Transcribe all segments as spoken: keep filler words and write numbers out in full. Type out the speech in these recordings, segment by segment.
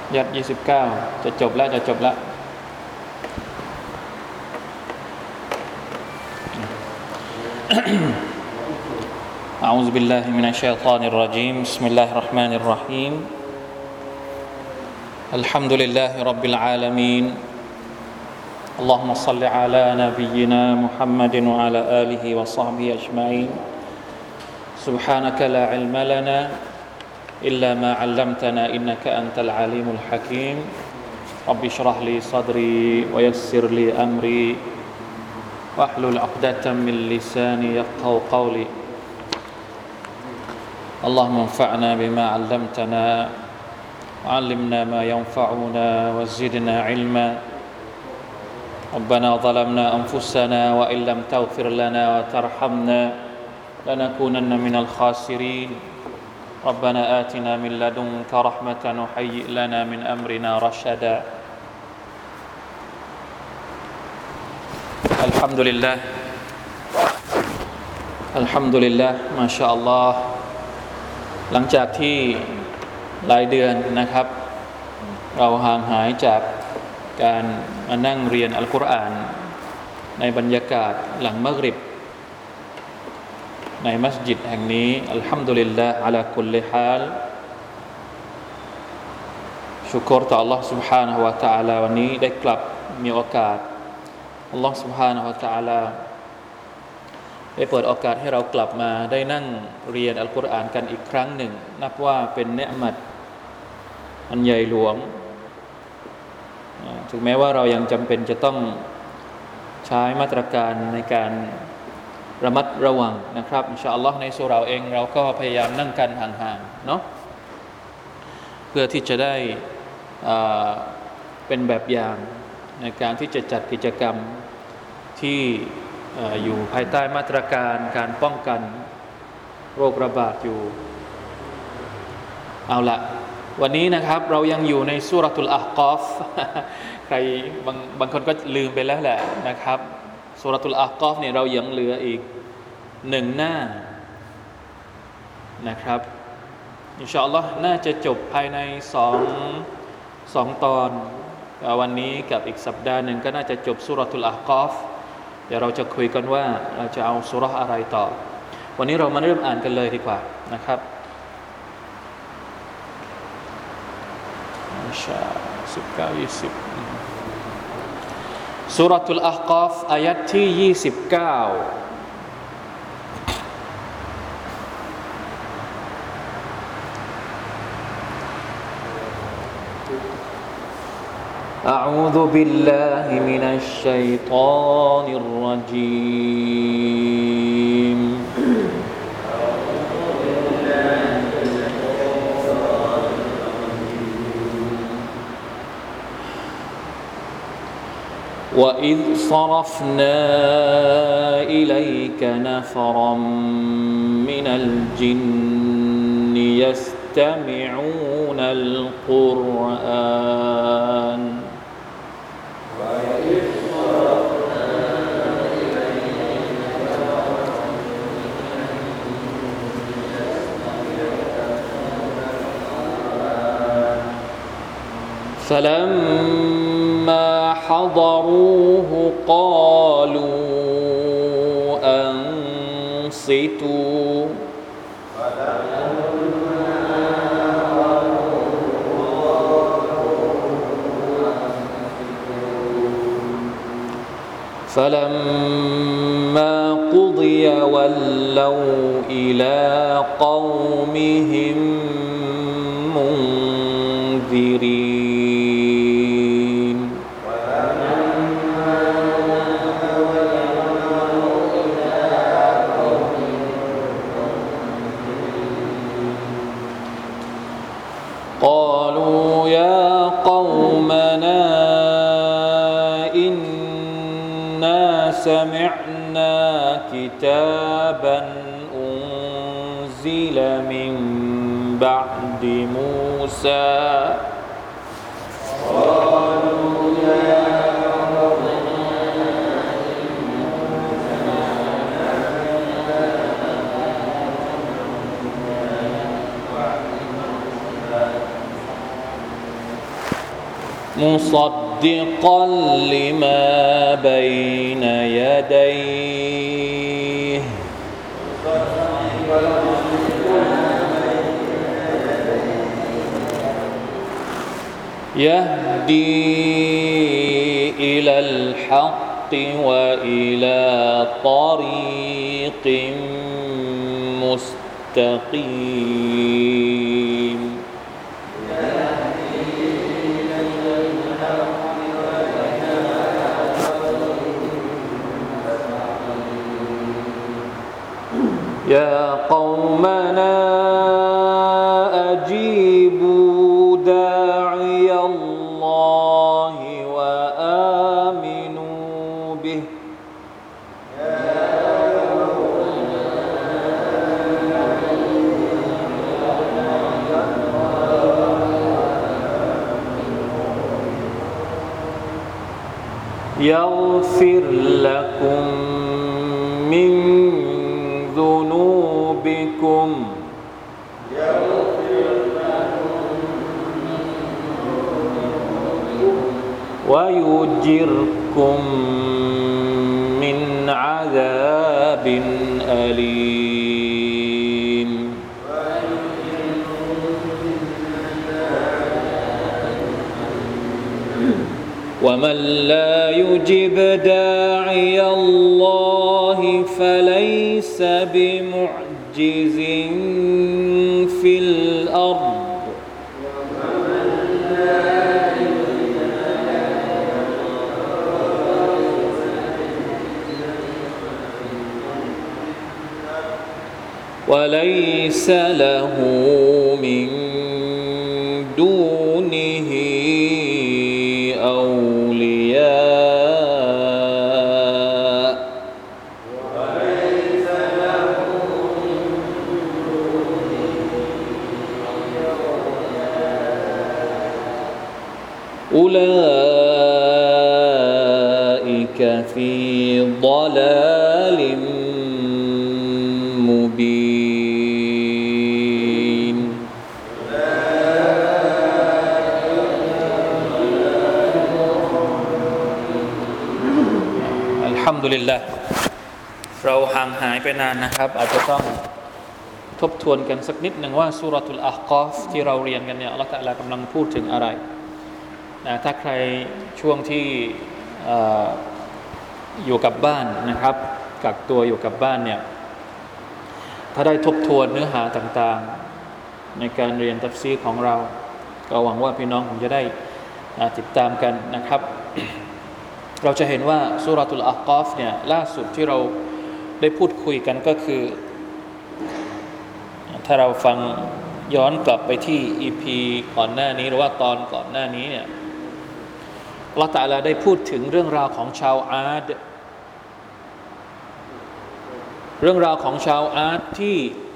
ยัดยี่สิบเก้าจะจบแล้วจะจบแล้ว أعوذ بالله من الشيطان الرجيم بسم الله الرحمن الرحيم الحمد لله رب العالمين اللهم صل على نبينا محمد وعلى آله وصحبه أجمعين سبحانك لا علم لنا إلا ما علمتنا إنك أنت العليم الحكيم رب اشرح لي صدري ويسر لي أمري واحلل عقدة من لساني يفقهوا قولي اللهم انفعنا بما علمتنا وعلمنا ما ينفعنا وزدنا علما ربنا ظلمنا أنفسنا وإن لم تغفر لنا وترحمنا لنكونن من الخاسرين ربنا آتنا من لدنك رحمة وهيئ لنا من أمرنا رشدا الحمد لله الحمد لله ما شاء الله หลังจากที่หลายเดือนนะครับเราห่างหายจากการมานั่งเรียนอัลกุรอานในบรรยากาศหลังมักริบในมัสยิดแห่งนี้อัลฮัมดุลิลลาห์อะลาคุลลิฮาลชุกรต่อ Allah سبحانه และ تعالى วันนี้ได้กลับมีโอกาส Allah سبحانه และ تعالى ได้เปิดโอกาสให้เรากลับมาได้นั่งเรียนอัลกุรอานกันอีกครั้งหนึ่งนับว่าเป็นเนือมัตอันใหญ่หลวงถึงแม้ว่าเรายังจำเป็นจะต้องใช้มาตรการในการระมัดระวังนะครับอินชาอัลลอฮ์ในสุเราเองเราก็พยายามนั่งกันห่างๆเนาะเพื่อที่จะได้เป็นแบบอย่างในการที่จะจัดกิจกรรมที่อยู่ภายใต้มาตรการการป้องกันโรคระบาดอยู่เอาละวันนี้นะครับเรายังอยู่ในซูเราะตุลอะห์กอฟใครบางบางคนก็ลืมไปแล้วแหละนะครับซูเราะตุลอะห์กอฟเนี่ยเรายังเหลืออีกหนึ่งหน้านะครับอินชาอัลลอฮ์น่าจะจบภายในสองสองตอนวันนี้กับอีกสัปดาห์หนึ่งก็น่าจะจบซูเราะตุลอะห์กอฟเดี๋ยวเราจะคุยกันว่าเราจะเอาซูเราะห์อะไรต่อวันนี้เรามาเริ่มอ่านกันเลยดีกว่านะครับอินชาสิบเก้ายี่สิบซูเราะตุลอะห์กอฟอายะห์ที่ยี่สิบเก้าأعوذ بالله من الشيطان الرجيم وإذ صرفنا إليك نفرا من الجن يستمعون القرآن فلما حضروه قالوا أنصتوا فلما قضي ولوا إلى قومهم منذرين قالوا يا قومنا إنا سمعنا كتابا أنزل من بعد موسى قالوا يا مصدقا لما بين يديه يهدي إلى الحق وإلى طريق مستقيم يا قومنا أجيبوا داعي الله وآمنوا به يغفر لكم من ذنوبكم ويجركم من عذاب أليم ومن لا يجب داعي الله فليس بمعجز في الأرض وليس له من دونه أولياء وليس له أولئك في ضلال مبينอัลฮัมดุลิลลาห์เราห่างหายไปนานนะครับอาจจะต้องทบทวนกันสักนิดหนึ่งว่าซูเราะตุลอะห์กอฟที่เราเรียนกันเนี่ยอัลเลาะห์ตะอาลากำลังพูดถึงอะไรนะถ้าใครช่วงที่อยู่กับบ้านนะครับกักตัวอยู่กับบ้านเนี่ยถ้าได้ทบทวนเนื้อหาต่างๆในการเรียนตัฟซีรของเราก็หวังว่าพี่น้องคงจะได้ติดตามกันนะครับเราจะเห็นว่าซูเราะตุลอะห์กอฟเนี่ยล่าสุดที่เราได้พูดคุยกันก็คือถ้าเราฟังย้อนกลับไปที่ อี พี ก่อนหน้านี้หรือว่าตอนก่อนหน้านี้เนี่ยอัลเลาะห์ตะอาลาได้พูดถึงเรื่องราวของชาวอาดเรื่องราวของชาวอาดที่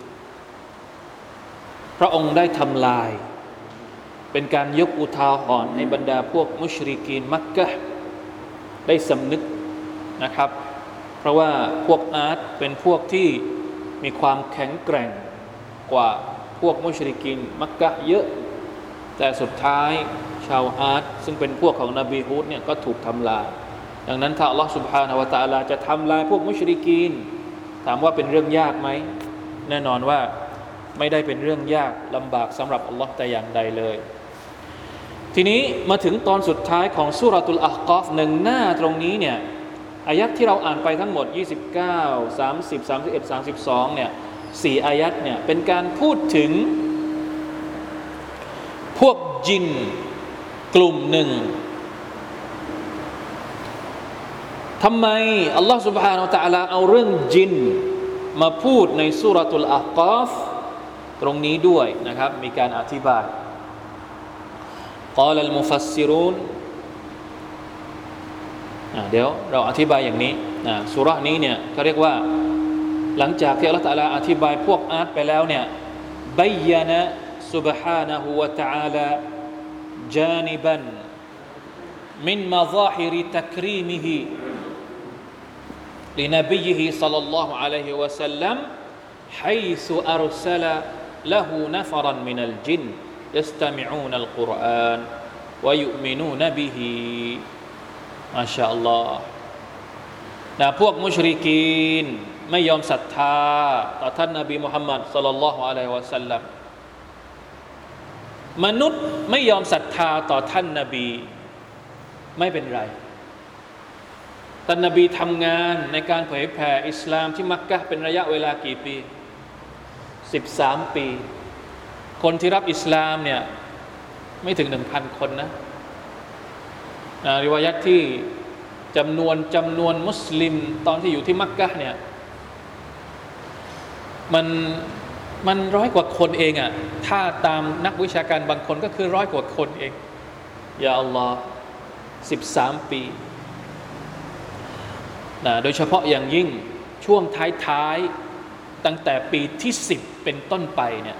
พระองค์ได้ทำลายเป็นการยกอุทาหรณ์ให้บรรดาพวกมุชริกีนมักกะห์ได้สำนึกนะครับเพราะว่าพวกอาดเป็นพวกที่มีความแข็งแกร่งกว่าพวกมุชริกีนมักกะห์เยอะแต่สุดท้ายชาวอาดซึ่งเป็นพวกของนบีฮูดเนี่ยก็ถูกทำลายดังนั้นถ้าอัลลอฮฺซุบฮานะฮูวะตะอาลาจะทำลายพวกมุชริกีนถามว่าเป็นเรื่องยากไหมแน่นอนว่าไม่ได้เป็นเรื่องยากลำบากสำหรับอัลลอฮฺแต่อย่างใดเลยทีนี้มาถึงตอนสุดท้ายของซูเราะตุลอะห์กอฟหนึ่งหน้าตรงนี้เนี่ยอายัดที่เราอ่านไปทั้งหมดยี่สิบเก้า สามสิบ สามสิบเอ็ด สามสิบสองเนี่ยสี่อายัดเนี่ยเป็นการพูดถึงพวกจินกลุ่มหนึ่งทำไมอัลลอฮฺ سبحانه และ تعالى เอาเรื่องจินมาพูดในซูเราะตุลอะห์กอฟตรงนี้ด้วยนะครับมีการอธิบายقال المفسرون เดี๋ยวเราอธิบายอย่างนี้นะซูเราะห์นี้เนี่ยเขาเรียกว่าหลังจากที่อัลเลาะห์ตะอาลาอธิบายพวกอาดไปแล้วเนี่ยบัยยะนะ سبحانه และ تعالى جانبا من مظاهر تكريمه لنبيه صلى الله عليه وسلم حيث أرسل له نفرا من الجن يستمعون القرآن วะยุมินูนบิฮิมาชาอัลลอฮ์นะพวกมุชริกีนไม่ยอมศรัทธาต่อท่านนบีมุฮัมมัดศ็อลลัลลอฮุอะลัยฮิวะซัลลัมมนุษย์ไม่ยอมศรัทธาต่อท่านนบีไม่เป็นไรท่านนบีทำงานในการเผยแผ่อิสลามที่มักกะฮ์เป็นระยะเวลากี่ปีสิบสามปีคนที่รับอิสลามเนี่ยไม่ถึง หนึ่งพัน คนนะนะริวายัตที่จำนวนจำนวนมุสลิมตอนที่อยู่ที่มักกะฮ์เนี่ยมันมันร้อยกว่าคนเองอ่ะถ้าตามนักวิชาการบางคนก็คือร้อยกว่าคนเองยาอัลลอฮ์สิบสามปีนะโดยเฉพาะอย่างยิ่งช่วงท้ายๆตั้งแต่ปีที่สิบเป็นต้นไปเนี่ย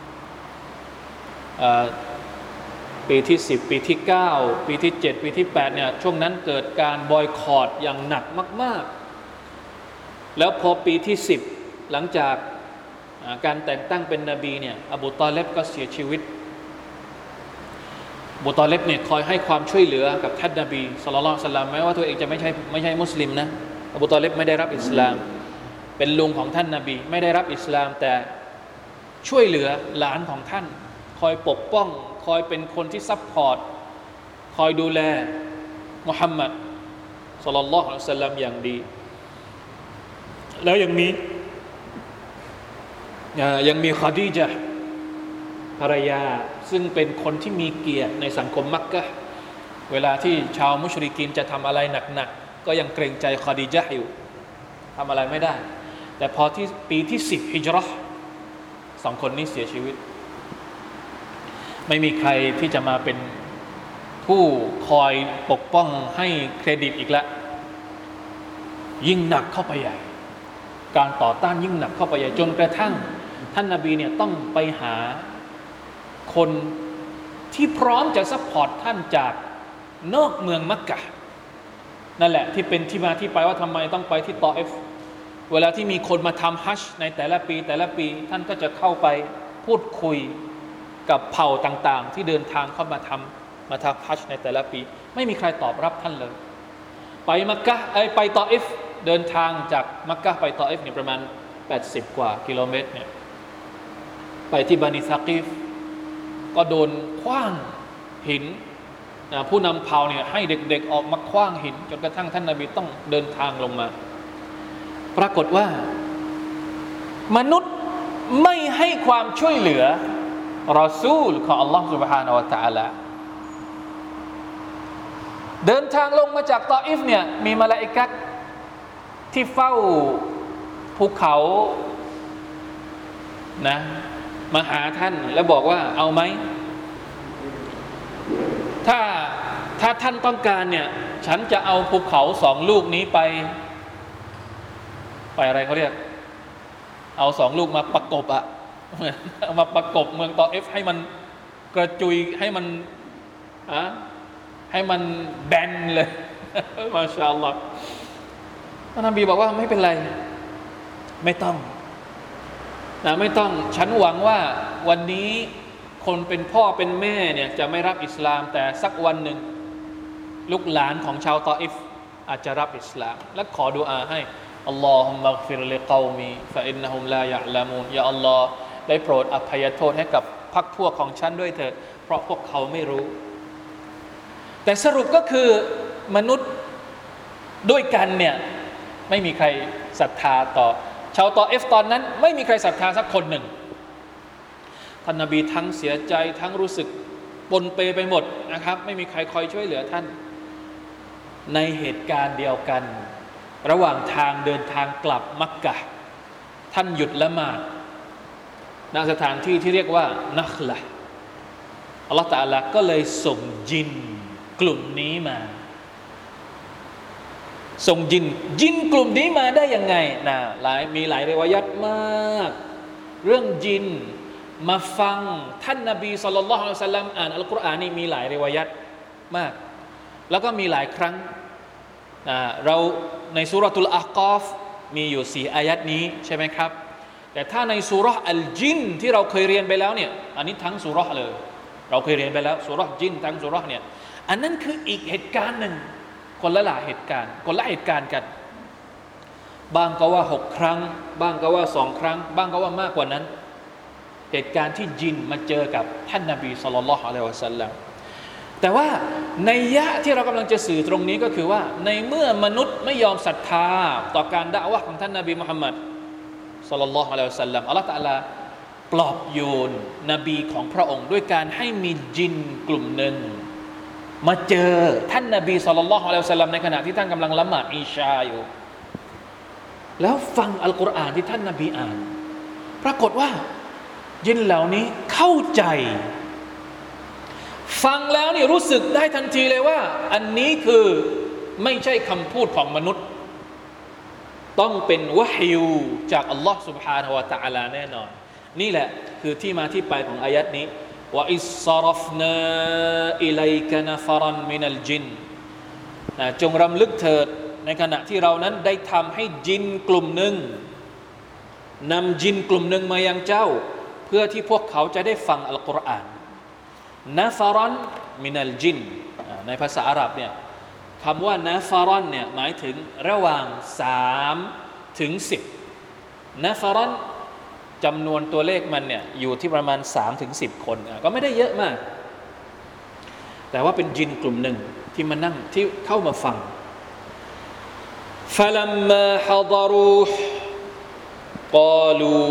ปีที่สิบปีที่เก้าปีที่เจ็ดปีที่แปดเนี่ยช่วงนั้นเกิดการบอยคอตอย่างหนักมากๆแล้วพอปีที่สิบหลังจากการแต่งตั้งเป็นนบีเนี่ยอบูตอเลบก็เสียชีวิตอบูตอเลบเนี่ยคอยให้ความช่วยเหลือกับท่านนบีศ็อลลัลลอฮุอะลัยฮิวะซัลลัมแม้ว่าตัวเองจะไม่ใช่ไม่ใช่มุสลิมนะอบูตอเลบไม่ได้รับอิสลามเป็นลุงของท่านนบีไม่ได้รับอิสลามแต่ช่วยเหลือหลานของท่านคอยปกป้องคอยเป็นคนที่ซัพพอร์ตคอยดูแลมุฮัมมัดศ็อลลัลลอฮุอะลัยฮิวะซัลลัมอย่างดีแล้วยังมียังมีคอดีญะห์ภรรยาซึ่งเป็นคนที่มีเกียรติในสังคมมักกะฮ์เวลาที่ชาวมุชริกีนจะทำอะไรหนักๆก็ยังเกรงใจคอดีญะห์อยู่ทำอะไรไม่ได้แต่พอที่ปีที่สิบฮิจเราะห์สองคนนี้เสียชีวิตไม่มีใครที่จะมาเป็นผู้คอยปกป้องให้เครดิตอีกแล้วยิ่งหนักเข้าไปใหญ่การต่อต้านยิ่งหนักเข้าไปใหญ่จนกระทั่งท่านนบีเนี่ยต้องไปหาคนที่พร้อมจะซัพพอร์ตท่านจากนอกเมืองมักกะฮ์นั่นแหละที่เป็นที่มาที่ไปว่าทำไมต้องไปที่ตออิฟเวลาที่มีคนมาทำฮัจญ์ในแต่ละปีแต่ละปีท่านก็จะเข้าไปพูดคุยกับเผ่าต่างๆที่เดินทางเข้ามาทำมาทำฮัจญ์ในแต่ละปีไม่มีใครตอบรับท่านเลยไปมักกะฮ์ไปตออิฟเดินทางจากมักกะฮ์ไปตออิฟเนี่ยประมาณแปดสิบกว่ากิโลเมตรเนี่ยไปที่บานิซากีฟก็โดนขว้างหินนะผู้นำเผ่าเนี่ยให้เด็กๆออกมาขว้างหินจนกระทั่งท่านนบีต้องเดินทางลงมาปรากฏว่ามนุษย์ไม่ให้ความช่วยเหลือรอซูลของอัลลอฮฺ سبحانه และ تعالى เดินทางลงมาจากตออิฟเนี่ยมีมลาอิกะฮ์ที่เฝ้าภูเขานะมาหาท่านแล้วบอกว่าเอาไหมถ้าถ้าท่านต้องการเนี่ยฉันจะเอาภูเขาสองลูกนี้ไปไปอะไรเขาเรียกเอาสองลูกมาประกบอะเอามาประกบเมืองตออิฟให้มันกระจุยให้มันอะให้มันแบนเลยมาชาอัลลอฮ์ท่านนบีบอกว่าไม่เป็นไรไม่ต้องนะไม่ต้องฉันหวังว่าวันนี้คนเป็นพ่อเป็นแม่เนี่ยจะไม่รับอิสลามแต่สักวันหนึ่งลูกหลานของชาวตออิฟอาจจะรับอิสลามและขอดุอาให้อัลลอฮุมมัฆฟิรลิกอมีฟะอินนะฮุมลายะอ์ละมูนยาอัลลอฮ์ได้โปรดอภัยโทษให้กับพรรคพวกของฉันด้วยเถิดเพราะพวกเขาไม่รู้แต่สรุปก็คือมนุษย์ด้วยกันเนี่ยไม่มีใครศรัทธาต่อชาวตออิฟตอนนั้นไม่มีใครศรัทธาสักคนหนึ่งท่านนบีทั้งเสียใจทั้งรู้สึกปนเปไปหมดนะครับไม่มีใครคอยช่วยเหลือท่านในเหตุการณ์เดียวกันระหว่างทางเดินทางกลับมักกะฮ์ท่านหยุดละหมาดณสถานที่ที่เรียกว่านัคละห์อัลลอฮฺตะอาลาก็เลยส่งยินกลุ่มนี้มาส่งยินยินกลุ่มนี้มาได้ยังไงนะหลายมีหลายริวายัตมากเรื่องยินมาฟังท่านนบีศ็อลลัลลอฮุอะลัยฮิวะซัลลัมอ่านอัลกุรอานนี่มีหลายริวายัตมากแล้วก็มีหลายครั้งนะเราในซูเราะตุลอะห์กอฟมีอยู่สี่อายัตนี้ใช่ไหมครับแต่ถ้าในซูเราะห์อัลจินที่เราเคยเรียนไปแล้วเนี่ยอันนี้ทั้งซูเราะห์เลยเราเคยเรียนไปแล้วซูเราะห์จินทั้งซูเราะห์เนี่ยอันนั้นคืออีกเหตุการณ์หนึ่งคนละหลายเหตุการณ์คนละเหตุการณ์กันบางก็ว่าหกครั้งบ้างก็ว่าสองครั้งบ้างก็ว่ามากกว่านั้นเหตุการณ์ที่จินมาเจอกับท่านนบีศ็อลลัลลอฮุอะลัยฮิวะซัลลัมแต่ว่าในยะที่เรากำลังจะสื่อตรงนี้ก็คือว่าในเมื่อมนุษย์ไม่ยอมศรัทธาต่อการดะอ์วะห์ของท่านนบีมุฮัมมัดศ็อลลัลลอฮุอะลัยฮิวะซัลลัมอัลเลาะห์ตะอาลาปลอบโยนนบีของพระองค์ด้วยการให้มีจินกลุ่มหนึ่งมาเจอท่านนบีศ็อลลัลลอฮุอะลัยฮิวะซัลลัมในขณะที่ท่านกำลังละหมาดอิชาอยู่แล้วฟังอัลกุรอานที่ท่านนบีอ่านปรากฏว่ายินเหล่านี้เข้าใจฟังแล้วนี่รู้สึกได้ทันทีเลยว่าอันนี้คือไม่ใช่คำพูดของมนุษย์ต้องเป็นวะฮยูจากอัลลอฮ์ سبحانه และ تعالى แน่นอนนี่แหละคือที่มาที่ไปของอายัดนี้ว่าอิศรฟนาอิลัยกะนฟรันมินัลจินจงรำลึกเถิดในขณะที่เรานั้นได้ทำให้จินกลุ่มหนึ่งนำจินกลุ่มหนึ่งมายังเจ้าเพื่อที่พวกเขาจะได้ฟังอัลกุรอานนาฟารันมินัลจินในภาษาอาหรับเนี่ยคำว่านาฟารันเนี่ยหมายถึงระหว่างสามถึงสิบนาฟารันจำนวนตัวเลขมันเนี่ยอยู่ที่ประมาณสามถึงสิบคนก็ไม่ได้เยอะมากแต่ว่าเป็นจินกลุ่มหนึ่งที่มานั่งที่เข้ามาฟังفلما حضروه قالوا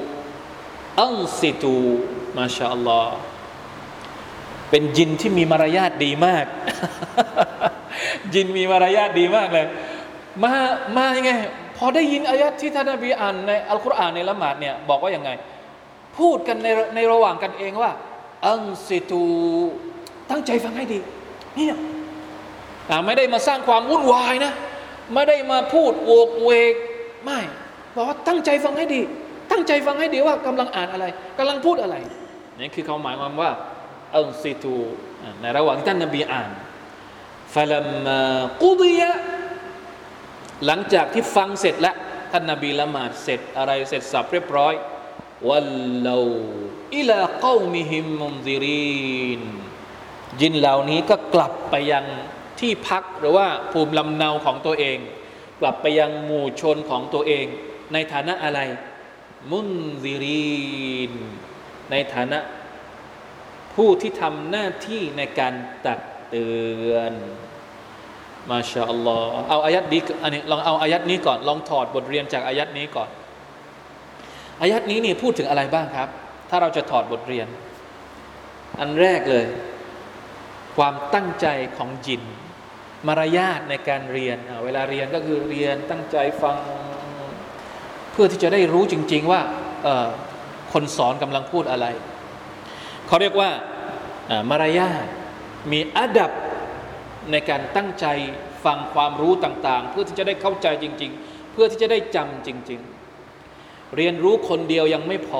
أنصتوا ما شاء الله เป็นจินที่มีมารยาทดีมาก จินมีมารยาทดีมากเลยมามายังไงพอได้ยินอายัดที่ท่านนบีอ่านในอัลกุรอานในละหมาดเนี่ยบอกว่ายังไงพูดกันในในระหว่างกันเองว่าอันซิตูตั้งใจฟังให้ดีเนี่ยไม่ได้มาสร้างความวุ่นวายนะไม่ได้มาพูดโวกเวกไม่บอกว่าตั้งใจฟังให้ดีตั้งใจฟังให้ดีว่ากำลังอ่านอะไรกำลังพูดอะไรนี่คือเขาหมายความว่าอันซิตูในระหว่างที่ท่านนบีอ่านฟะลัมมากุฎิยะหลังจากที่ฟังเสร็จแล้วท่านนบีละหมาดเสร็จอะไรเสร็จสับเรียบร้อยวัลลาอิลากอมิฮิมมุนซิรีนจินเหล่านี้ก็กลับไปยังที่พักหรือว่าภูมิลำเนาของตัวเองกลับไปยังหมู่ชนของตัวเองในฐานะอะไรมุนซิรีนในฐานะผู้ที่ทำหน้าที่ในการตักเตือนมาชาอัลลอฮ์เอาอายัดนี้อันนี้ลองเอาอายัดนี้ก่อนลองถอดบทเรียนจากอายัดนี้ก่อนอายัดนี้นี่พูดถึงอะไรบ้างครับถ้าเราจะถอดบทเรียนอันแรกเลยความตั้งใจของจินมารยาทในการเรียนเวลาเรียนก็คือเรียนตั้งใจฟังเพื่อที่จะได้รู้จริงๆว่าคนสอนกำลังพูดอะไรเขาเรียกว่ามารยาทมีอาดับในการตั้งใจฟังความรู้ต่างๆเพื่อที่จะได้เข้าใจจริงๆเพื่อที่จะได้จำจริงๆเรียนรู้คนเดียวยังไม่พ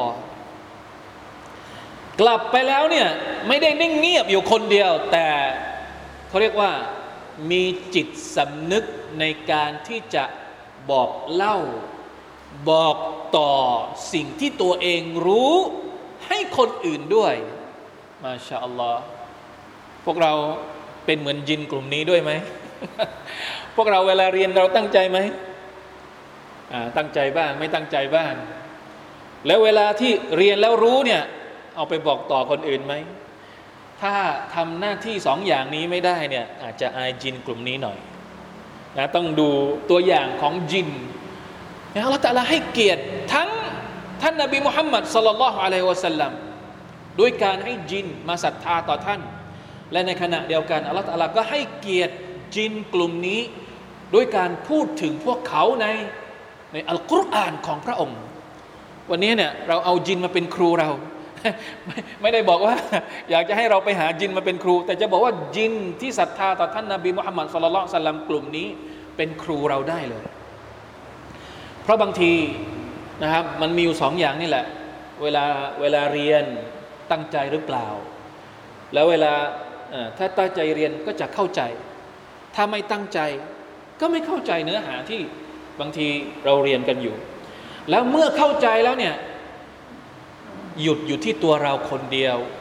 อกลับไปแล้วเนี่ยไม่ได้นิ่งเงียบอยู่คนเดียวแต่เขาเรียกว่ามีจิตสำนึกในการที่จะบอกเล่าบอกต่อสิ่งที่ตัวเองรู้ให้คนอื่นด้วยมาชาอัลลอฮ์พวกเราเป็นเหมือนจินกลุ่มนี้ด้วยไหม พวกเราเวลาเรียนเราตั้งใจไหมอ่าตั้งใจบ้างไม่ตั้งใจบ้างแล้วเวลาที่เรียนแล้วรู้เนี่ยเอาไปบอกต่อคนอื่นไหมถ้าทำหน้าที่สองอย่างนี้ไม่ได้เนี่ยอาจจะอายจินกลุ่มนี้หน่อยนะต้องดูตัวอย่างของจินนะอัลเลาะห์ตะอาลาให้เกียรติทั้งท่านนบีมุฮัมมัดศ็อลลัลลอฮุอะลัยฮิวะซัลลัมด้วยการให้จินมาศรัทธาต่อท่านและในขณะเดียวกันอัลเลาะห์ตะอาลาก็ให้เกียรติจินกลุ่มนี้ด้วยการพูดถึงพวกเขาในในอัลกุรอานของพระองค์วันนี้เนี่ยเราเอาจินมาเป็นครูเราไม่ไม่ได้บอกว่าอยากจะให้เราไปหาจินมาเป็นครูแต่จะบอกว่าจินที่ศรัทธาต่อท่านนบีมุฮัมมัดศ็อลลัลลอฮุอะลัยฮิวะซัลลัมกลุ่มนี้เป็นครูเราได้เลยเพราะบางทีนะครับมันมีอยู่สองอย่างนี่แหละเวลาเวลาเรียนตั้งใจหรือเปล่าแล้วเวลาถ้าตั้งใจเรียนก็จะเข้าใจถ้าไม่ตั้งใจก็ไม่เข้าใจเนื้อหาที่บางทีเราเรียนกันอยู่แล้วเมื่อเข้าใจแล้วเนี่ยหยุดอยู่ที่ตัวเราคนเดียว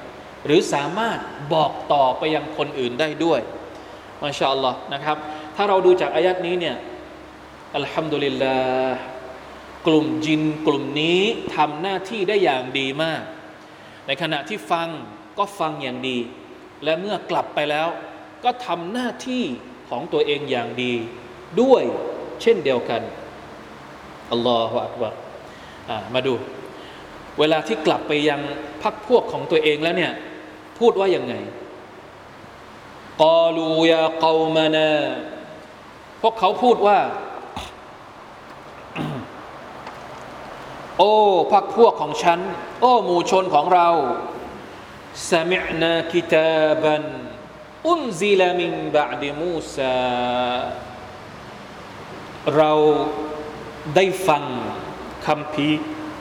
หรือสามารถบอกต่อไปยังคนอื่นได้ด้วยมาชาอัลลอฮ์นะครับถ้าเราดูจากอายัดนี้เนี่ยอัลฮัมดุลิลลาห์กลุ่มจินกลุ่มนี้ทำหน้าที่ได้อย่างดีมากในขณะที่ฟังก็ฟังอย่างดีและเมื่อกลับไปแล้วก็ทำหน้าที่ของตัวเองอย่างดีด้วยเช่นเดียวกันอัลลอฮฺอักบัรมาดูเวลาที่กลับไปยังพรรคพวกของตัวเองแล้วเนี่ยพูดว่ายังไงกอลูยาเกามานาพวกเขาพูดว่าโอ้พรรคพวกของฉันโอ้หมู่ชนของเราสมิอนากิตาบันอุนซิลามินบะอ์ดิมูซาเราได้ฟังคัมภีร์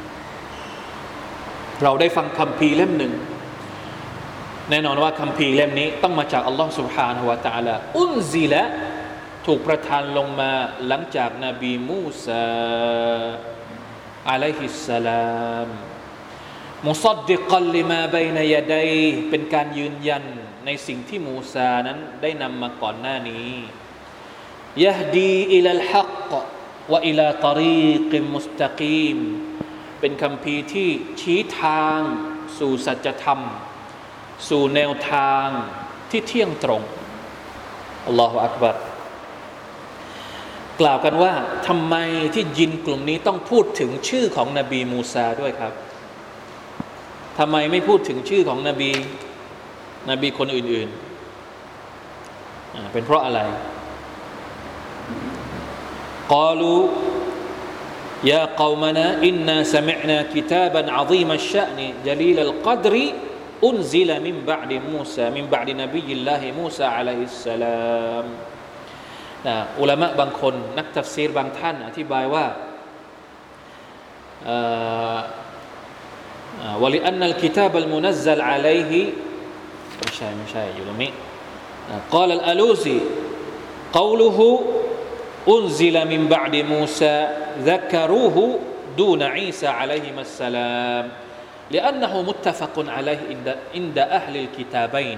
เราได้ฟังคัมภีร์เล่มหนึ่งแน่นอนว่าคัมภีร์เล่มนี้ต้องมาจากอัลลอฮฺ سبحانه และ تعالى อุนซิละถูกประทานลงมาหลังจากนบีมูซาอะลัยฮิสสลามมุซัดดิกัลลิมาบัยนะยะดัยเป็นการยืนยันในสิ่งที่มูซานั้นได้นำมาก่อนหน้านี้ยะฮดีอิลัลฮักวะอิลาตอรีกิมุสตะกีมเป็นคัมภีร์ที่ชี้ทางสู่สัจธรรมสู่แนวทางที่เที่ยงตรงอัลลอฮฺอักบัรกล่าวกันว่าทำไมที่ยินกลุ่มนี้ต้องพูดถึงชื่อของนบีมูซาด้วยครับทำไมไม่พูดถึงชื่อของนบีนบีคนอื่นๆเป็นเพราะอะไรกล่าวยาเกามานะอินนาสมิอนากิตาบันอะซีมัชชะนีจลีลัลกัดรีอุนซิลมินบะอ์ดิมูซามินบะอ์ดินบียิลลาฮิมูซาอะลัยฮิสสลามนะอุลามะบางคนนักตัฟซีรบางท่านอธิบายว่าวะลิอันนัลกิตาบัลมุนัซซัลอะลัยฮิไม่ใช่ไม่ใช่อยู่ตรงนี้กล่าวอัลอาลูซีقوله أنزل من بعد موسى ذكروه دون عيسى عليهما السلام لأنه متفق عليه عند أهل الكتابين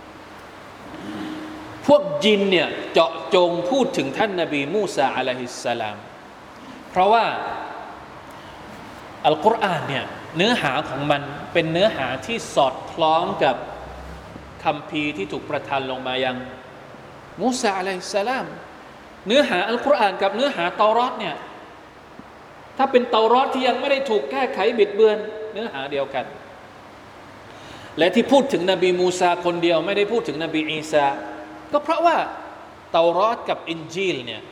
พวกจินเนี่ยเจาะจงพูดถึงท่านนบีมูซาอะลัยฮิสสลามเพราะว่าอัลกุรอานเนี่ยเนื้อหาของมันเป็นเนื้อหาที่สอดคล้องกับคัมภีร์ที่ถูกประทานลงมายังมูซาอะลัยฮิสสลามเนื้อหาอัลกุรอานกับเนื้อหาเตารอตเนี่ยถ้าเป็นเตารอตที่ยังไม่ได้ถูกแก้ไขบิดเบือนเนื้อหาเดียวกันและที่พูดถึงนบีมูซาคนเดียวไม่ได้พูดถึงนบีอีสาก็เพราะว่าเตารอตกับอินจีลเนี่ย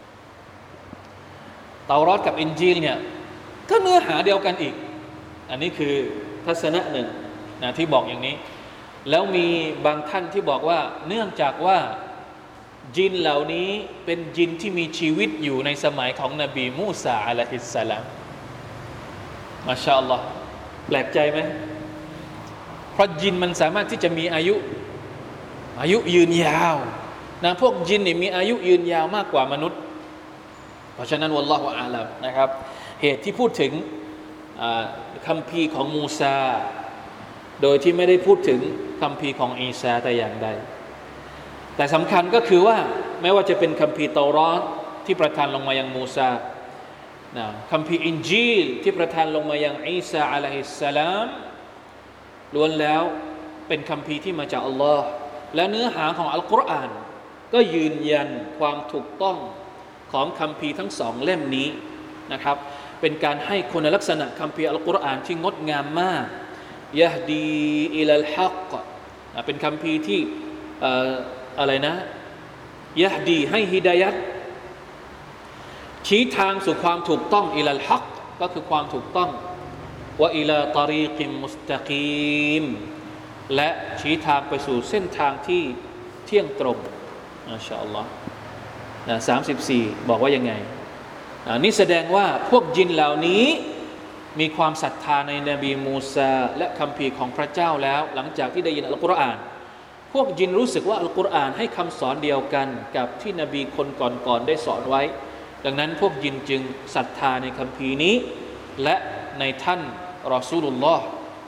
เตารอตกับอินจีลเนี่ยก็เนื้อหาเดียวกันอีกอันนี้คือทัศนะหนึ่งนะที่บอกอย่างนี้แล้วมีบางท่านที่บอกว่าเนื่องจากว่าจินเหล่านี้เป็นจินที่มีชีวิตอยู่ในสมัยของนบีมูซาอะลัยฮิสสลามมาชาอัลลอฮ์แปลกใจไหมเพราะจินมันสามารถที่จะมีอายุอายุยืนยาวนะพวกจินนี่มีอายุยืนยาวมากกว่ามนุษย์เพราะฉะนั้นวัลลอฮุอาลัมนะครับเหตุที่พูดถึงคัมภีร์ของมูซาโดยที่ไม่ได้พูดถึงคัมภีร์ของอีสาแต่อย่างใดแต่สำคัญก็คือว่าแม้ว่าจะเป็นคัมภีร์เตารอตที่ประทานลงมายังมูซานะคัมภีร์อินจีลที่ประทานลงมายังอีสาอะลัยฮิสสลามล้วนแล้วเป็นคัมภีร์ที่มาจากอัลลอฮ์และเนื้อหาของอัลกุรอานก็ยืนยันความถูกต้องของคัมภีร์ทั้งสองเล่มนี้นะครับเป็นการให้คุณลักษณะคัมภีร์อัลกุรอานที่งดงามมากยะฮดีอิลัลฮักเป็นคัมภีร์ที่อะไรนะยะฮดีให้ฮิดายัตชี้ทางสู่ความถูกต้องอิลัลฮักก็คือความถูกต้องวะอิลาตอรีกิมมุสตะกีมและชี้ทางไปสู่เส้นทางที่เที่ยงตรงมาชาอัลลอฮ์นะสามสิบสี่บอกว่ายังไงนี่แสดงว่าพวกยินเหล่านี้มีความศรัทธาในนบีมูซาและคัมภีร์ของพระเจ้าแล้วหลังจากที่ได้ยินอัลกุรอานพวกยินรู้สึกว่าอัลกุรอานให้คำสอนเดียวกันกับที่นบีคนก่อนๆได้สอนไว้ดังนั้นพวกยินจึงศรัทธาในคัมภีร์นี้และในท่านรอซูลุลลอฮ์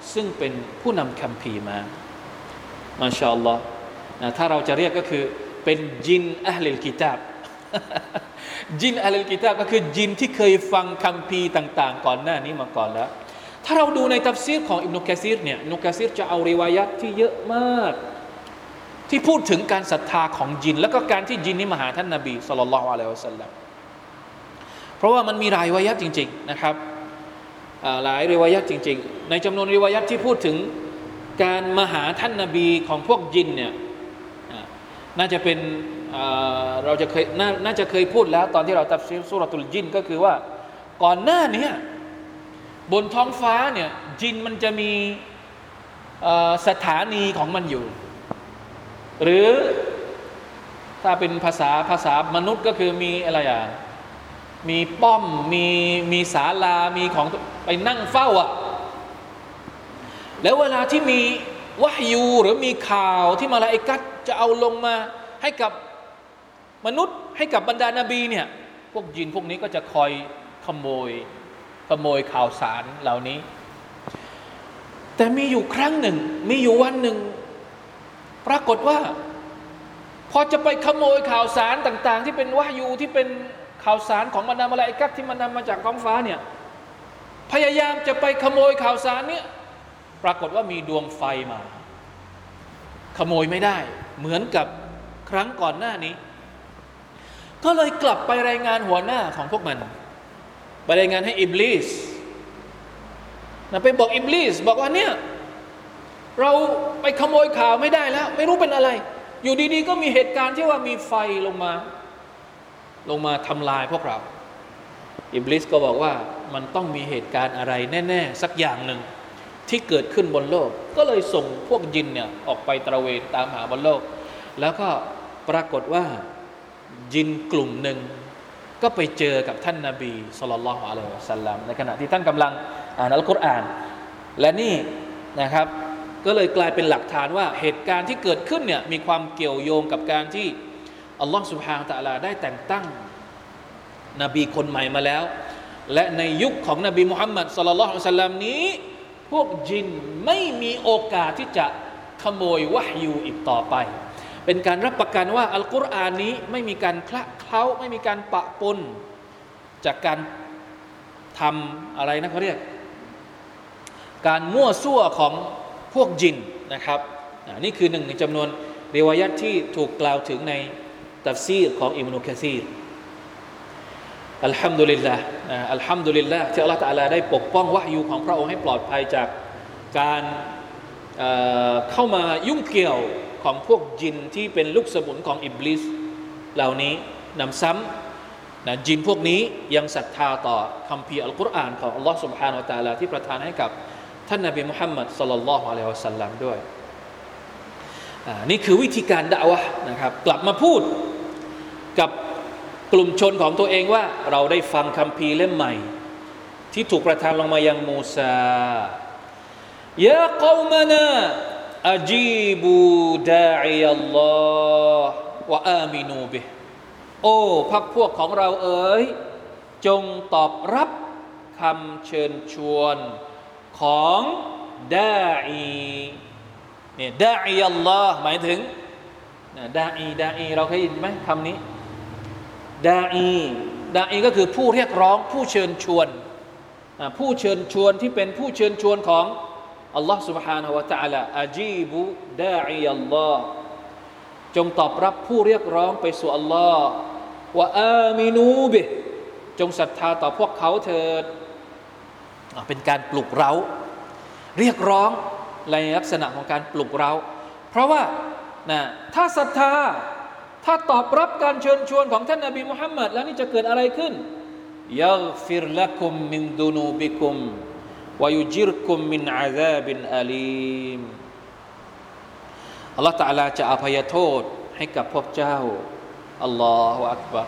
ซึ่งเป็นผู้นำคัมภีร์มามาชาอัลลอฮ์นะถ้าเราจะเรียกก็คือเป็นจินอะห์ลิลกิตาบจินอะห์ลิลกิตาบก็คือจินที่เคยฟังคัมภีร์ต่างๆก่อนหน้านี้มาก่อนแล้วถ้าเราดูในตัฟซีรของอิบนุกะซีรเนี่ยอิบนุกะซีรจะเอาริวายะห์ที่เยอะมากที่พูดถึงการศรัทธาของจินแล้วก็การที่จินนี้มาหาท่านนบีศ็อลลัลลอฮุอะลัยฮิวะซัลลัมเพราะว่ามันมีหลายริวายะห์จริงๆนะครับหลายริวายะห์จริงๆในจำนวนริวายะห์ที่พูดถึงการมาหาท่านนบีของพวกจินเนี่ยน่าจะเป็นเราจะเคยน น่าจะเคยพูดแล้วตอนที่เราตัฟซีรซูเราะตุลจินก็คือว่าก่อนหน้านี้บนท้องฟ้าเนี่ยจินมันจะมีสถานีของมันอยู่หรือถ้าเป็นภาษาภาษามนุษย์ก็คือมีอะไรอ่ะมีป้อมมีมีศาลามีของไปนั่งเฝ้าอ่ะแล้วเวลาที่มีวะฮยูหรือมีข่าวที่มลาอิกัตจะเอาลงมาให้กับมนุษย์ให้กับบรรดานบีเนี่ยพวกจินพวกนี้ก็จะคอยขโมยขโมยข่าวสารเหล่านี้แต่มีอยู่ครั้งหนึ่งมีอยู่วันหนึ่งปรากฏว่าพอจะไปขโมยข่าวสารต่างๆที่เป็นวะฮยูที่เป็นข่าวสารของบรรดามลาอิกัตที่มันนำมาจากท้องฟ้าเนี่ยพยายามจะไปขโมยข่าวสารเนี่ยปรากฏว่ามีดวงไฟมาขโมยไม่ได้เหมือนกับครั้งก่อนหน้านี้ก็เลยกลับไปรายงานหัวหน้าของพวกมันไปรายงานให้อิบลิสนะไปบอกอิบลิสบอกว่าเนี่ยเราไปขโมยข่าวไม่ได้แล้วไม่รู้เป็นอะไรอยู่ดีๆก็มีเหตุการณ์ที่ว่ามีไฟลงมาลงมาทำลายพวกเราอิบลิสก็บอกว่ามันต้องมีเหตุการณ์อะไรแน่ๆสักอย่างหนึ่งที่เกิดขึ้นบนโลกก็เลยส่งพวกยินเนี่ยออกไปตระเวนตามหาบนโลกแล้วก็ปรากฏว่ายินกลุ่มหนึ่งก็ไปเจอกับท่านนบีศ็อลลัลลอฮุอะลัยฮิวะซัลลัมในขณะที่ท่านกำลังอ่านอัลกุรอานและนี่นะครับก็เลยกลายเป็นหลักฐานว่าเหตุการณ์ที่เกิดขึ้นเนี่ยมีความเกี่ยวโยงกับการที่อัลลอฮฺซุบฮานะฮูวะตะอาลาได้แต่งตั้งนบีคนใหม่มาแล้วและในยุคของนบีมุฮัมมัดศ็อลลัลลอฮุอะลัยฮิวะซัลลัมนี้พวกจินไม่มีโอกาสที่จะขโมยวะฮยูอีกต่อไปเป็นการรับประกันว่าอัลกุรอานนี้ไม่มีการคละเคล้าไม่มีการปะปนจากการทำอะไรนะเขาเรียกการมั่วซั่วของพวกจินนะครับนี่คือหนึ่งในจำนวนริวายัตที่ถูกกล่าวถึงในตัฟซีรของอิบนุกะซีรอัลฮัมดุลิลลาห์อัลฮัมดุลิลลาห์ที่อัลเลาะห์ตะอาลาได้ปกป้องวะฮยูของพระองค์ให้ปลอดภัยจากการเอ่อเข้ามายุ่งเกี่ยวของพวกจินที่เป็นลูกสมุนของอิบลิสเหล่านี้นำซ้ำนะจินพวกนี้ยังศรัทธาต่อคัมภีร์อัลกุรอานของอัลลอฮ์ سبحانه และ تعالى ที่ประทานให้กับท่านนบีมุฮัมมัดศ็อลลัลลอฮุอะลัยฮิวะซัลลัมด้วยนี่คือวิธีการดะอ์วะห์นะครับกลับมาพูดกับกลุ่มชนของตัวเองว่าเราได้ฟังคัมภีร์เล่มใหม่ที่ถูกประทานลงมายังมูซายะกอมนาอาจีบูดาอิยัลลอฮ์วะอามินูบิฮ์โอ้พรรคพวกของเราเอ๋ยจงตอบรับคำเชิญชวนของดาอีเนี่ยดาอิยัลลอฮ์หมายถึงดาอีดาอีเราเคยได้ยินไหมคำนี้ดาอีดาอีก็คือผู้เรียกร้องผู้เชิญชวนผู้เชิญชวนที่เป็นผู้เชิญชวนของอัลลอฮ์ سبحانه และ تعالى อาจีบุดาอิยัลลอฮ์จงตอบรับผู้เรียกร้องไปสู่อัลลอฮ์วะอามินูบิจงศรัทธาต่อพวกเขาเถิดเป็นการปลุกเร้าเรียกร้องในลักษณะของการปลุกเร้าเพราะว่านะถ้าศรัทธาถ้าตอบรับการเชิญชวนของท่านนบีมุฮัมมัดแล้วนี่จะเกิดอะไรขึ้นยัฆฟิรละกุมมินดุนูบิกุมวะยุจิรกุมมินอาซาบินอาลีมอัลลอฮฺตะอาลาจะอภัยโทษให้กับพวกเจ้าอัลลอฮฺอักบัร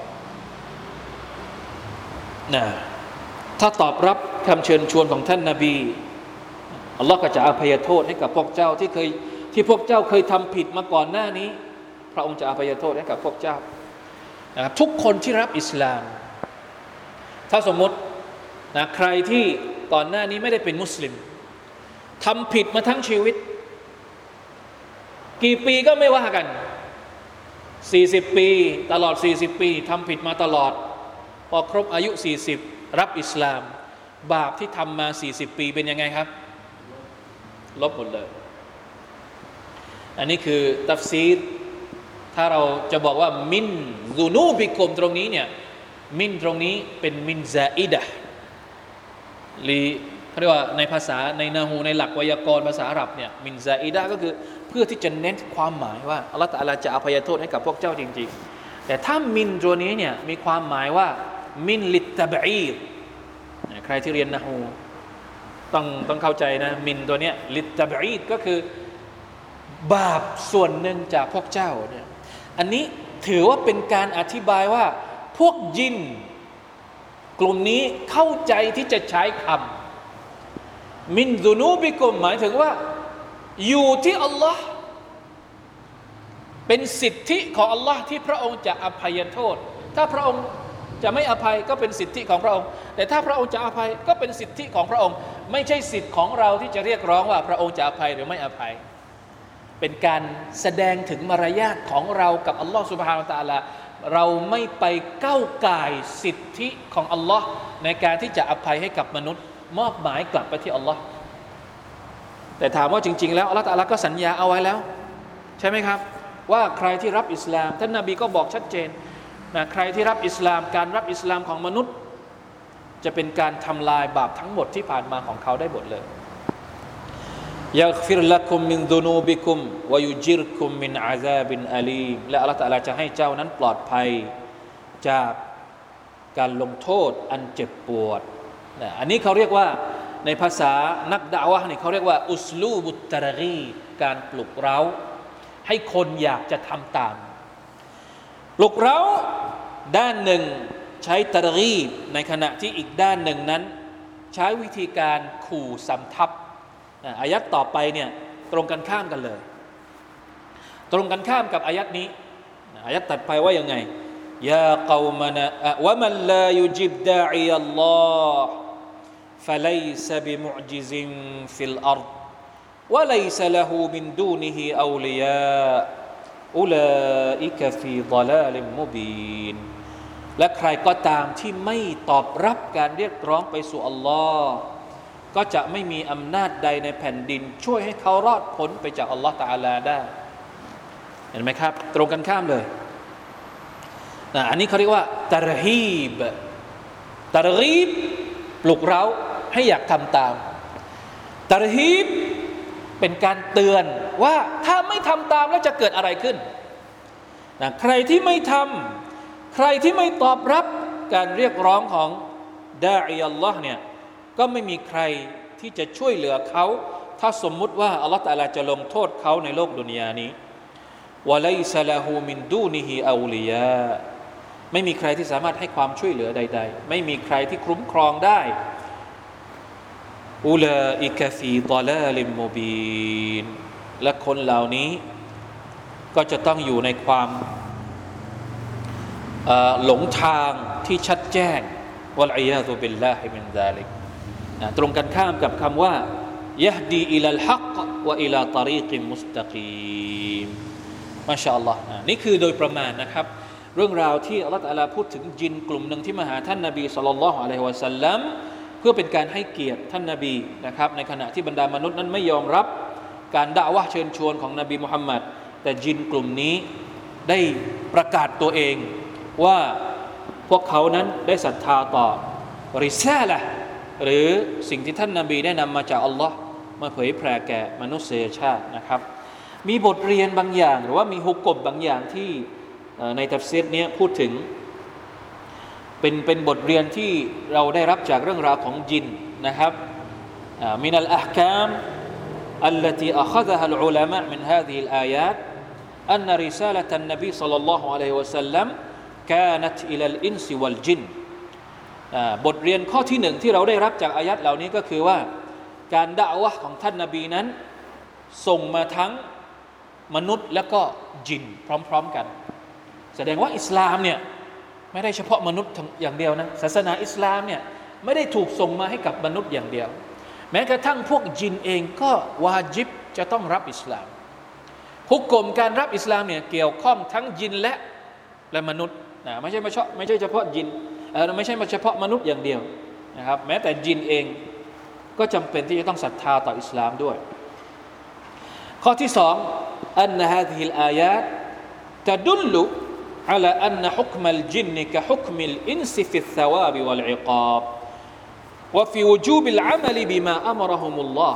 นะถ้าตอบรับคำเชิญชวนของท่านนบีอัลลอฮฺก็จะอภัยโทษให้กับพวกเจ้าที่เคยที่พวกเจ้าเคยทำผิดมาก่อนหน้านี้พระองค์จะอภัยโทษให้กับพวกเจ้านะครับทุกคนที่รับอิสลามถ้าสมมตินะใครที่ก่อนหน้านี้ไม่ได้เป็นมุสลิมทำผิดมาทั้งชีวิตกี่ปีก็ไม่ว่ากันสี่สิบปีตลอดสี่สิบปีทำผิดมาตลอดพอครบอายุสี่สิบรับอิสลามบาปที่ทำมาสี่สิบปีเป็นยังไงครับลบหมดเลยอันนี้คือตัฟซีรถ้าเราจะบอกว่ามินซูนูบิกุมตรงนี้เนี่ยมินตรงนี้เป็นมินซาอิดะห์ลีเขาเรียกว่าในภาษาในนาฮูในหลักไวยากรณ์ภาษาอาหรับเนี่ยมินซาอิดะห์ก็คือเพื่อที่จะเน้นความหมายว่าอัลเลาะห์ตะอาลาจะอภัยโทษให้กับพวกเจ้าจริงๆแต่ถ้ามินตัวนี้เนี่ยมีความหมายว่ามินลิตตะบีดใครที่เรียนนะฮูต้องต้องเข้าใจนะมินตัวเนี้ยลิตตะบีดก็คือบาปส่วนหนึ่งจากพวกเจ้าเนี่ยอันนี้ถือว่าเป็นการอธิบายว่าพวกยินกลุ่มนี้เข้าใจที่จะใช้คำมินซุนูบิกุมหมายถึงว่าอยู่ที่อัลลอฮ์เป็นสิทธิของอัลลอฮ์ที่พระองค์จะอภัยโทษถ้าพระองค์จะไม่อภัยก็เป็นสิทธิของพระองค์แต่ถ้าพระองค์จะอภัยก็เป็นสิทธิของพระองค์ไม่ใช่สิทธิของเราที่จะเรียกร้องว่าพระองค์จะอภัยหรือไม่อภัยเป็นการแสดงถึงมารยาทของเรากับอัลลอฮ์ซุบฮานะฮูวะตะอาลาเราไม่ไปก้าวก่ายสิทธิของอัลลอฮ์ในการที่จะอภัยให้กับมนุษย์มอบหมายกลับไปที่อัลลอฮ์แต่ถามว่าจริงๆแล้วอัลลอฮ์ตะอาลาก็สัญญาเอาไว้แล้วใช่ไหมครับว่าใครที่รับอิสลามท่านนบีก็บอกชัดเจนนะใครที่รับอิสลามการรับอิสลามของมนุษย์จะเป็นการทำลายบาปทั้งหมดที่ผ่านมาของเขาได้หมดเลยยัฆฟิรละกุมมินซุนูบิกุมวะยุจิรกุมมินอาซาบินอาลีมและอัลเลาะห์ตะอาลาจะให้เจ้านั้นปลอดภัยจากการลงโทษอันเจ็บปวดนะอันนี้เขาเรียกว่าในภาษานักดะอวะห์นี่เขาเรียกว่าอุสลูบุตตะรกีการปลุกเร้าให้คนอยากจะทำตามปลุกเร้าด้านหนึ่งใช้ตะรกีในขณะที่อีกด้านหนึ่งนั้นใช้วิธีการขู่สำทับอายัดต่อไปเนี่ยตรงกันข้ามกันเลยตรงกันข้ามกับอายัดนี้อายัดตัดไปว่ายังไงยาเกามานะวะมันลายุจิบดาอิยัลลอฮ์ฟะลัยซะบิมุอ์จิซินฟิลอัรฎวะลัยซะละฮูมินดูนิฮิออลิยาอุลาอิกะฟีฎอลาลิมมุบีนและใครก็ตามที่ไม่ตอบรับการเรียกร้องไปสู่อัลลอฮ์ก็จะไม่มีอำนาจใดในแผ่นดินช่วยให้เขารอดพ้นไปจากอัลลอฮฺตะอาลาได้เห็นไหมครับตรงกันข้ามเลยนะอันนี้เขาเรียกว่าตะรฮีบตะรฮีบปลุกเร้าให้อยากทำตามตะรฮีบเป็นการเตือนว่าถ้าไม่ทำตามแล้วจะเกิดอะไรขึ้นนะใครที่ไม่ทำใครที่ไม่ตอบรับการเรียกร้องของดาอิยัลลอฮ์เนี่ยก็ไม่มีใครที่จะช่วยเหลือเขาถ้าสมมุติว่าอัลลอฮฺตะอาลาจะลงโทษเขาในโลกดุนยานี้วะลัยซะละฮูมินดูนิฮิออลิยาไม่มีใครที่สามารถให้ความช่วยเหลือใดๆไม่มีใครที่คุ้มครองได้อุลาอิกะฟีฎอลาลิมมุบีนและคนเหล่านี้ก็จะต้องอยู่ในความหลงทางที่ชัดแจ้งวัลอียาซุบิลลาฮิมินซาลิกตรงกันข้ามกับคำว่ายะฮดีอิลัลฮักวะอิลาตอรีกิมุสตะกีมมาชาอัลลอฮ์นี่คือโดยประมาณนะครับเรื่องราวที่อัลเลาะห์ตะอาลาพูดถึงจินกลุ่มหนึ่งที่มาหาท่านนบีศ็อลลัลลอฮุอะลัยฮิวะซัลลัมเพื่อเป็นการให้เกียรติท่านนบีนะครับในขณะที่บรรดามนุษย์นั้นไม่ยอมรับการดะอวะห์เชิญชวนของนบีมุฮัมมัดแต่จินกลุ่มนี้ได้ประกาศตัวเองว่าพวกเขานั้นได้ศรัทธาต่อริซาละห์หรือสิ่งที่ท่านนบีได้นำมาจากอัลลอฮ์มาเผยแผ่แก่มนุษยชาตินะครับมีบทเรียนบางอย่างหรือว่ามีฮุกกมบางอย่างที่ในตัฟซีรนี้พูดถึงเป็นเป็นบทเรียนที่เราได้รับจากเรื่องราวของจินนะครับมินัลอะห์กามالتي أخذها العلماء من هذه الآيات أن رسالة النبي صلى الله عليه وسلم كانت إلى الإنس والجن บทเรียนข้อที่หนึ่งที่เราได้รับจากอายัดเหล่านี้ก็คือว่าการดะอวะห์ของท่านนบีนั้นส่งมาทั้งมนุษย์และก็จินพร้อมๆกันแสดงว่าอิสลามเนี่ยไม่ได้เฉพาะมนุษย์อย่างเดียวนะศาสนาอิสลามเนี่ยไม่ได้ถูกส่งมาให้กับมนุษย์อย่างเดียวแม้กระทั่งพวกจินเองก็วาญิบจะต้องรับอิสลามฮุกกลมการรับอิสลามเนี่ยเกี่ยวข้องทั้งจินและและมนุษย์นะไม่ใช่เฉพาะไม่ใช่เฉพาะจินเออไม่ใช่เฉพาะมนุษย์อย่างเดียวนะครับแม้แต่จินเองก็จำเป็นที่จะต้องศรัทธาต่ออิสลามด้วยข้อที่สองอันนะฮาซิฮิลอายาตตะดุลลุอะลาอันนะฮุกมัลจินกะฮุกมิลอินซิฟิศวาบวัลอิกาบวะฟิวุจูบิลอะมัลบิมาอะมะรฮุมุลลอฮ์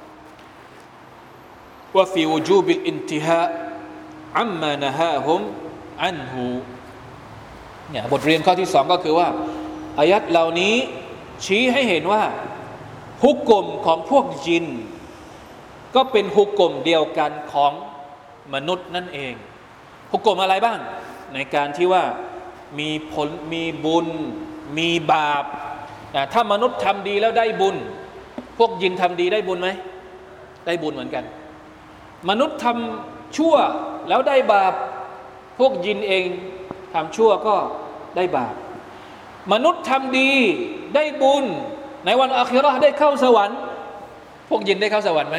วะฟิวุจูบิลอินติฮาอัมมานะฮาฮุมอันฮูเนี่ยบทเรียนข้อที่สองก็คือว่าอายัดเหล่านี้ชี้ให้เห็นว่าฮุกกลมของพวกจินก็เป็นฮุกกลมเดียวกันของมนุษย์นั่นเองฮุกกลมอะไรบ้างในการที่ว่ามีผลมีบุญมีบาปถ้ามนุษย์ทำดีแล้วได้บุญพวกจินทำดีได้บุญไหมได้บุญเหมือนกันมนุษย์ทำชั่วแล้วได้บาปพวกจินเองทำชั่วก็ได้บาปมนุษย์ทำดีได้บุญในวันอาคิเราะห์ได้เข้าสวรรค์พวกจินได้เข้าสวรรค์ไหม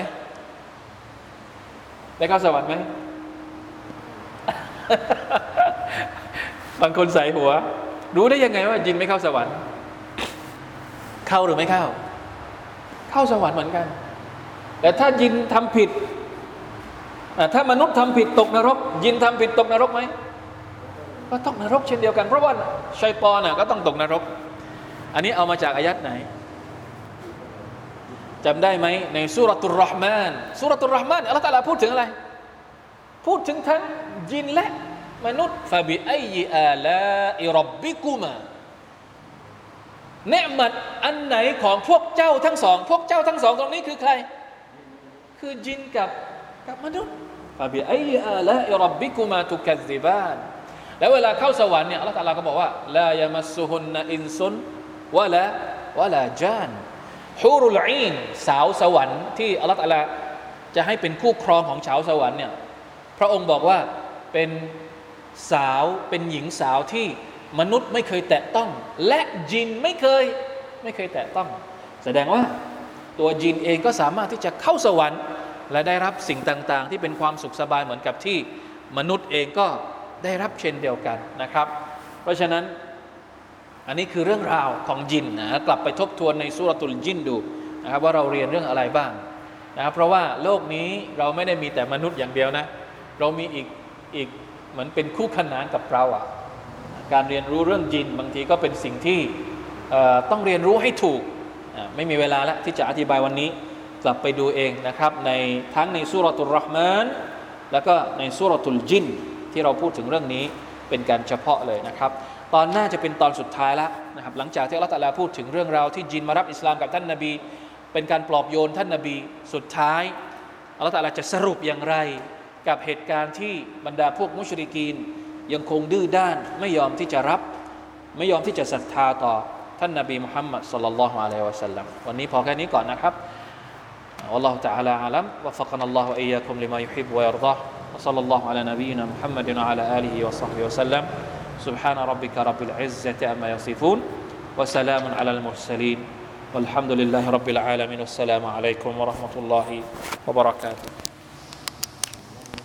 ได้เข้าสวรรค์ไหม บางคนใส่หัวรู้ได้ยังไงว่าจินไม่เข้าสวรรค์เข้าหรือไม่เข้าเข้าสวรรค์เหมือนกันแต่ถ้าจินทำผิดถ้ามนุษย์ทำผิดตกนรกจินทำผิดตกนรกไหมก็ตกนรกเช่นเดียวกันเพราะว่าชัยฏอนน่ะก็ต้องตกนรกอันนี้เอามาจากอายัดไหนจำได้ไหมในซูเราะตุรเราะห์มานซูเราะตุรเราะห์มานอัลเลาะห์ตะอาลาพูดถึงอะไรพูดถึงทั้งจินและมนุษย์ฟะบิอัยอาลาอิร็อบบิกุมาเนืมัตอันไหนของพวกเจ้าทั้งสองพวกเจ้าทั้งสองตรงนี้คือใครคือจินกับกับมนุษย์ฟะบิอัยอาลาอิร็อบบิกุมาตุกัซซิบานแล้วเวลาเข้าสวรรค์เนี่ยอัลเลาะห์ตะอาลาก็บอกว่าลายะมัสซุฮุนนะอินซุนวะลาวะลาญานฮูรุลอีนสาวสวรรค์ที่อัลเลาะห์ตะอาลาจะให้เป็นคู่ครองของชาวสวรรค์เนี่ยพระองค์บอกว่าเป็นสาวเป็นหญิงสาวที่มนุษย์ไม่เคยแตะต้องและจินไม่เคยไม่เคยแตะต้องแสดงว่าตัวจินเองก็สามารถที่จะเข้าสวรรค์และได้รับสิ่งต่างๆที่เป็นความสุขสบายเหมือนกับที่มนุษย์เองก็ได้รับเช่นเดียวกันนะครับเพราะฉะนั้นอันนี้คือเรื่องราวของจินนะกลับไปทบทวนในซูเราะตุลจินดูนะครับว่าเราเรียนเรื่องอะไรบ้างนะครับเพราะว่าโลกนี้เราไม่ได้มีแต่มนุษย์อย่างเดียวนะเรามีอีกอีกเหมือนเป็นคู่ขนานกับเราอ่ะการเรียนรู้เรื่องจินบางทีก็เป็นสิ่งที่ต้องเรียนรู้ให้ถูกไม่มีเวลาแล้วที่จะอธิบายวันนี้กลับไปดูเองนะครับในทั้งในซูเราะตุรเราะห์มานแล้วก็ในซูเราะตุลจินที่เราพูดถึงเรื่องนี้เป็นการเฉพาะเลยนะครับตอนหน้าจะเป็นตอนสุดท้ายแล้วนะครับหลังจากที่อัลเลาะห์ตะอาลาพูดถึงเรื่องราวที่จินมารับอิสลามกับท่านนบีเป็นการปลอบโยนท่านนบีสุดท้ายอัลเลาะห์ตะอาลาจะสรุปอย่างไรกับเหตุการณ์ที่บรรดาพวกมุชริกีนยังคงดื้อด้านไม่ยอมที่จะรับไม่ยอมที่จะศรัทธาต่อท่านนบีมุฮัมมัดศ็อลลัลลอฮุอะลัยฮิวะซัลลัมวันนี้พอแค่นี้ก่อนนะครับวัลลอฮุตะอาลาอะลัมวะฟักนะอัลลอฮุวะอียาคุมลิมายุฮิบบุวะยัรฎอฮ์วะศ็อลลัลลอฮุอะลานบีนะมุฮัมมัดวะอะลาอาลิฮิวะศ็อฮบิฮิวะซัลลัมسبحان ربك رب العزة عما يصفون وسلام على المرسلين والحمد لله رب العالمين والسلام عليكم ورحمة الله وبركاته